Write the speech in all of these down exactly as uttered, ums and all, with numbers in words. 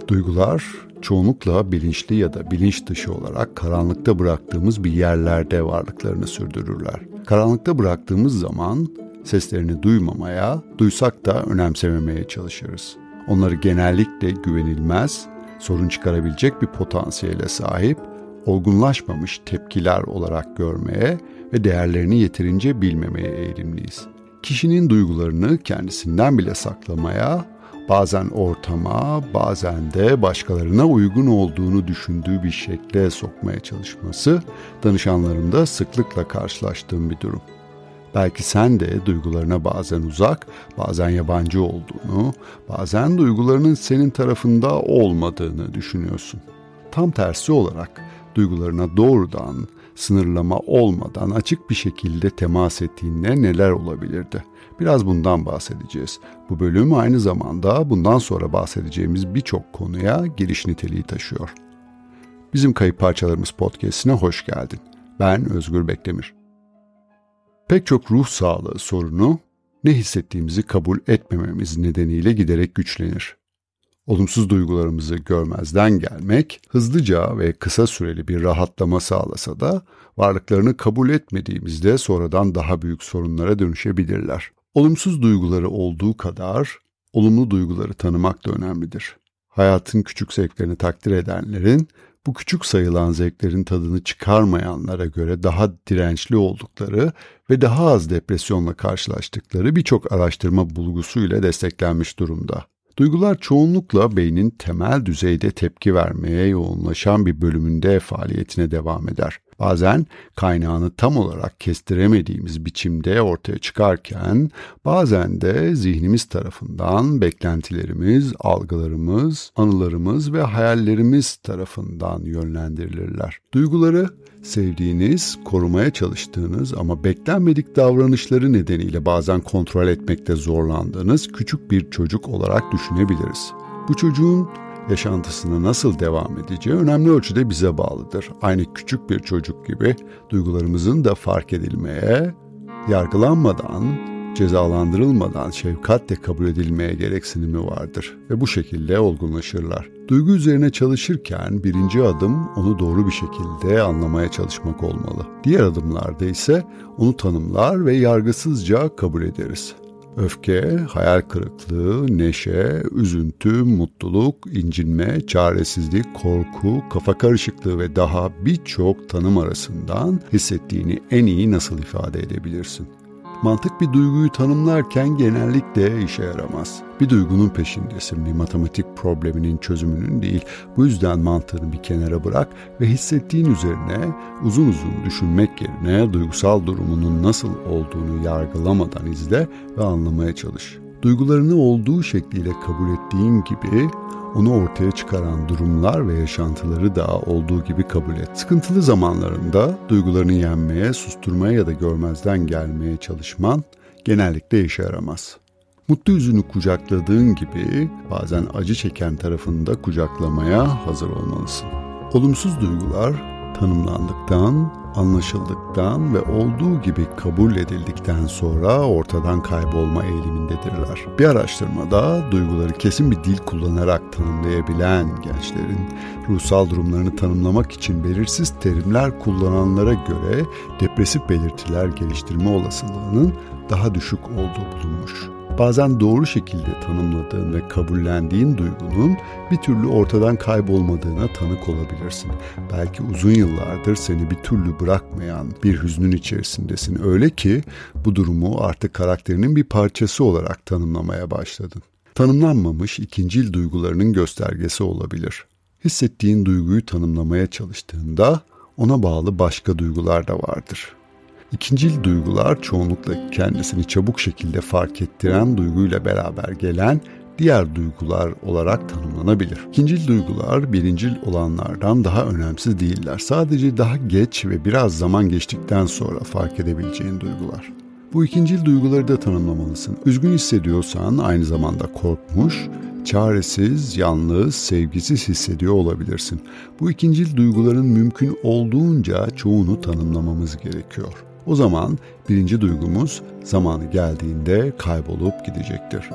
Duygular çoğunlukla bilinçli ya da bilinç dışı olarak karanlıkta bıraktığımız bir yerlerde varlıklarını sürdürürler. Karanlıkta bıraktığımız zaman seslerini duymamaya, duysak da önemsememeye çalışırız. Onları genellikle güvenilmez, sorun çıkarabilecek bir potansiyele sahip, olgunlaşmamış tepkiler olarak görmeye ve değerlerini yeterince bilmemeye eğilimliyiz. Kişinin duygularını kendisinden bile saklamaya, bazen ortama, bazen de başkalarına uygun olduğunu düşündüğü bir şekle sokmaya çalışması, danışanlarımda sıklıkla karşılaştığım bir durum. Belki sen de duygularına bazen uzak, bazen yabancı olduğunu, bazen duygularının senin tarafında olmadığını düşünüyorsun. Tam tersi olarak duygularına doğrudan, sınırlama olmadan açık bir şekilde temas ettiğinde neler olabilirdi? Biraz bundan bahsedeceğiz. Bu bölüm aynı zamanda bundan sonra bahsedeceğimiz birçok konuya giriş niteliği taşıyor. Bizim Kayıp Parçalarımız podcast'ine hoş geldin. Ben Özgür Bekdemir. Pek çok ruh sağlığı sorunu ne hissettiğimizi kabul etmememiz nedeniyle giderek güçlenir. Olumsuz duygularımızı görmezden gelmek hızlıca ve kısa süreli bir rahatlama sağlasa da varlıklarını kabul etmediğimizde sonradan daha büyük sorunlara dönüşebilirler. Olumsuz duyguları olduğu kadar olumlu duyguları tanımak da önemlidir. Hayatın küçük zevklerini takdir edenlerin bu küçük sayılan zevklerin tadını çıkarmayanlara göre daha dirençli oldukları ve daha az depresyonla karşılaştıkları birçok araştırma bulgusuyla desteklenmiş durumda. Duygular çoğunlukla beynin temel düzeyde tepki vermeye yoğunlaşan bir bölümünde faaliyetine devam eder. Bazen kaynağını tam olarak kestiremediğimiz biçimde ortaya çıkarken, bazen de zihnimiz tarafından beklentilerimiz, algılarımız, anılarımız ve hayallerimiz tarafından yönlendirilirler. Duyguları sevdiğiniz, korumaya çalıştığınız ama beklenmedik davranışları nedeniyle bazen kontrol etmekte zorlandığınız küçük bir çocuk olarak düşünebiliriz. Bu çocuğun yaşantısına nasıl devam edeceği önemli ölçüde bize bağlıdır. Aynı küçük bir çocuk gibi duygularımızın da fark edilmeye, yargılanmadan, cezalandırılmadan şefkatle kabul edilmeye gereksinimi vardır ve bu şekilde olgunlaşırlar. Duygu üzerine çalışırken birinci adım onu doğru bir şekilde anlamaya çalışmak olmalı. Diğer adımlarda ise onu tanımlar ve yargısızca kabul ederiz. Öfke, hayal kırıklığı, neşe, üzüntü, mutluluk, incinme, çaresizlik, korku, kafa karışıklığı ve daha birçok tanım arasından hissettiğini en iyi nasıl ifade edebilirsin? Mantık bir duyguyu tanımlarken genellikle işe yaramaz. Bir duygunun peşindesin, bir matematik probleminin çözümünün değil. Bu yüzden mantığını bir kenara bırak ve hissettiğin üzerine uzun uzun düşünmek yerine duygusal durumunun nasıl olduğunu yargılamadan izle ve anlamaya çalış. Duygularını olduğu şekliyle kabul ettiğin gibi onu ortaya çıkaran durumlar ve yaşantıları da olduğu gibi kabul et. Sıkıntılı zamanlarında duygularını yenmeye, susturmaya ya da görmezden gelmeye çalışman genellikle işe yaramaz. Mutlu yüzünü kucakladığın gibi bazen acı çeken tarafını da kucaklamaya hazır olmalısın. Olumsuz duygular tanımlandıktan, anlaşıldıktan ve olduğu gibi kabul edildikten sonra ortadan kaybolma eğilimindedirler. Bir araştırmada duyguları kesin bir dil kullanarak tanımlayabilen gençlerin ruhsal durumlarını tanımlamak için belirsiz terimler kullananlara göre depresif belirtiler geliştirme olasılığının daha düşük olduğu bulunmuş. Bazen doğru şekilde tanımladığın ve kabullendiğin duygunun bir türlü ortadan kaybolmadığına tanık olabilirsin. Belki uzun yıllardır seni bir türlü bırakmayan bir hüznün içerisindesin. Öyle ki bu durumu artık karakterinin bir parçası olarak tanımlamaya başladın. Tanımlanmamış ikincil duygularının göstergesi olabilir. Hissettiğin duyguyu tanımlamaya çalıştığında ona bağlı başka duygular da vardır. İkincil duygular çoğunlukla kendisini çabuk şekilde fark ettiren duyguyla beraber gelen diğer duygular olarak tanımlanabilir. İkincil duygular birincil olanlardan daha önemsiz değiller. Sadece daha geç ve biraz zaman geçtikten sonra fark edebileceğin duygular. Bu ikincil duyguları da tanımlamalısın. Üzgün hissediyorsan aynı zamanda korkmuş, çaresiz, yalnız, sevgisiz hissediyor olabilirsin. Bu ikincil duyguların mümkün olduğunca çoğunu tanımlamamız gerekiyor. O zaman birinci duygumuz zamanı geldiğinde kaybolup gidecektir.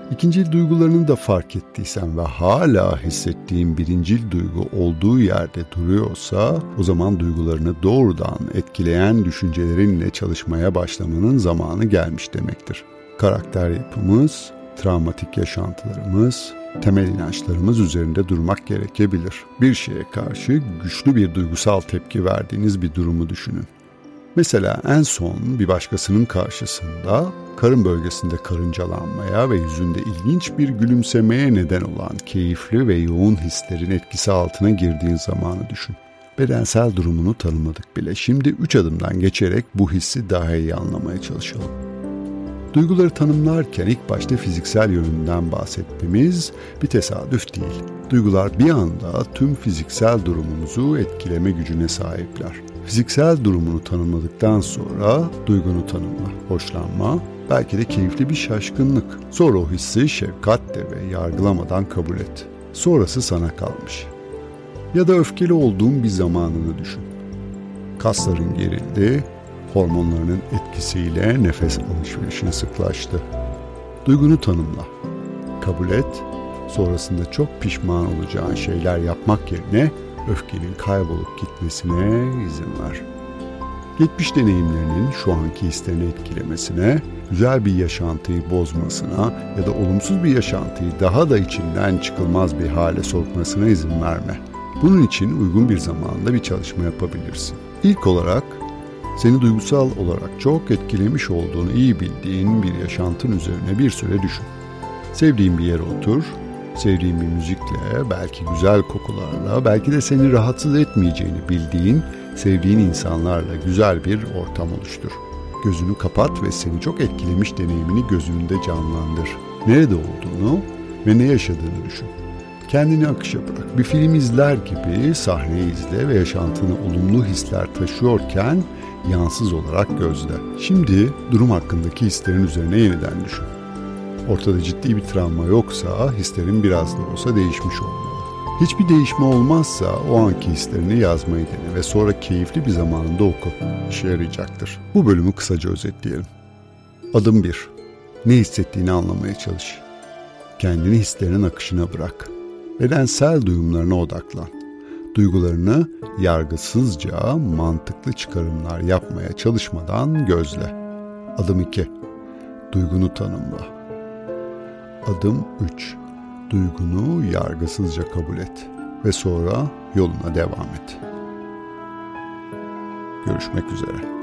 İkincil duygularını da fark ettiysen ve hala hissettiğin birincil duygu olduğu yerde duruyorsa, o zaman duygularını doğrudan etkileyen düşüncelerinle çalışmaya başlamanın zamanı gelmiş demektir. Karakter yapımız, travmatik yaşantılarımız, temel inançlarımız üzerinde durmak gerekebilir. Bir şeye karşı güçlü bir duygusal tepki verdiğiniz bir durumu düşünün. Mesela en son bir başkasının karşısında karın bölgesinde karıncalanmaya ve yüzünde ilginç bir gülümsemeye neden olan keyifli ve yoğun hislerin etkisi altına girdiğin zamanı düşün. Bedensel durumunu tanımladık bile. Şimdi üç adımdan geçerek bu hissi daha iyi anlamaya çalışalım. Duyguları tanımlarken ilk başta fiziksel yönünden bahsetmemiz bir tesadüf değil. Duygular bir anda tüm fiziksel durumumuzu etkileme gücüne sahipler. Fiziksel durumunu tanımladıktan sonra duygunu tanımla, hoşlanma, belki de keyifli bir şaşkınlık. Sonra o hissi şefkatle ve yargılamadan kabul et. Sonrası sana kalmış. Ya da öfkeli olduğun bir zamanını düşün. Kasların gerildi, hormonlarının etkisiyle nefes alışverişin sıklaştı. Duygunu tanımla, kabul et, sonrasında çok pişman olacağın şeyler yapmak yerine öfkenin kaybolup gitmesine izin ver. Geçmiş deneyimlerinin şu anki hislerini etkilemesine, güzel bir yaşantıyı bozmasına ya da olumsuz bir yaşantıyı daha da içinden çıkılmaz bir hale sokmasına izin verme. Bunun için uygun bir zamanda bir çalışma yapabilirsin. İlk olarak seni duygusal olarak çok etkilemiş olduğunu iyi bildiğin bir yaşantın üzerine bir süre düşün. Sevdiğin bir yere otur, sevdiğin bir müzikle, belki güzel kokularla, belki de seni rahatsız etmeyeceğini bildiğin, sevdiğin insanlarla güzel bir ortam oluştur. Gözünü kapat ve seni çok etkilemiş deneyimini gözünde canlandır. Nerede olduğunu ve ne yaşadığını düşün. Kendini akışa bırak. Bir film izler gibi sahneyi izle ve yaşantını olumlu hisler taşıyorken yansız olarak gözle. Şimdi durum hakkındaki hislerin üzerine yeniden düşün. Ortada ciddi bir travma yoksa hislerin biraz da olsa değişmiş olmalı. Hiçbir değişme olmazsa o anki hislerini yazmayı dene ve sonra keyifli bir zamanında oku. İşe yarayacaktır. Bu bölümü kısaca özetleyelim. Adım bir. Ne hissettiğini anlamaya çalış. Kendini hislerinin akışına bırak. Bedensel duyumlarına odaklan. Duygularını yargısızca mantıklı çıkarımlar yapmaya çalışmadan gözle. Adım iki. Duygunu tanımla. Adım üç. Duygunu yargısızca kabul et ve sonra yoluna devam et. Görüşmek üzere.